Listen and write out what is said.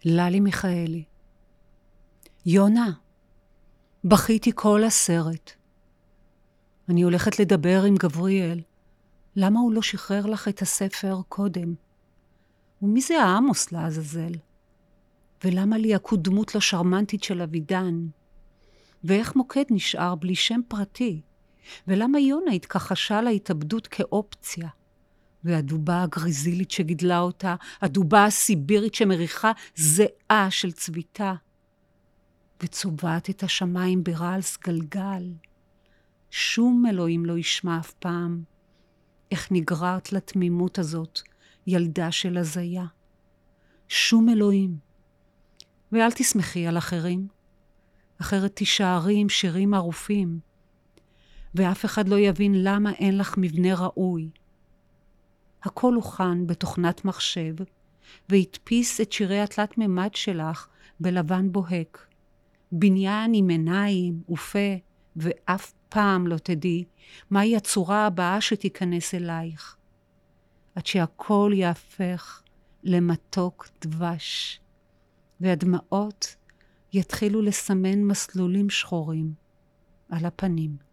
ללי מיכאלי. יונה, בכיתי כל הסרט. אני הולכת לדבר עם גבריאל. למה הוא לא שחרר לך את הספר קודם? ומי זה העמוס לעזאזל? ולמה לי הקודמות לא שרמנטית של אבידן? ואיך מוקד נשאר בלי שם פרטי? ולמה יונה התכחשה להתאבדות כאופציה? והדובה הגריזילית שגידלה אותה, הדובה הסיבירית שמריחה זיעה של צביתה, וצובעת את השמיים ברעל סגלגל. שום אלוהים לא ישמע אף פעם. איך נגררת לתמימות הזאת, ילדה של הזיה. שום אלוהים. ואל תשמחי על אחרים. אחרת תישארי עם שירים ערופים, ואף אחד לא יבין למה אין לך מבנה ראוי. הכל הוכן בתוכנת מחשב, והדפיס את שירי התלת ממד שלך בלבן בוהק. בניין עם עיניים ופה, ואף פעם לא תדעי מהי הצורה הבאה שתיכנס אלייך. עד שהכל יהפך למתוק דבש, והדמעות יתחילו לסמן מסלולים שחורים על הפנים.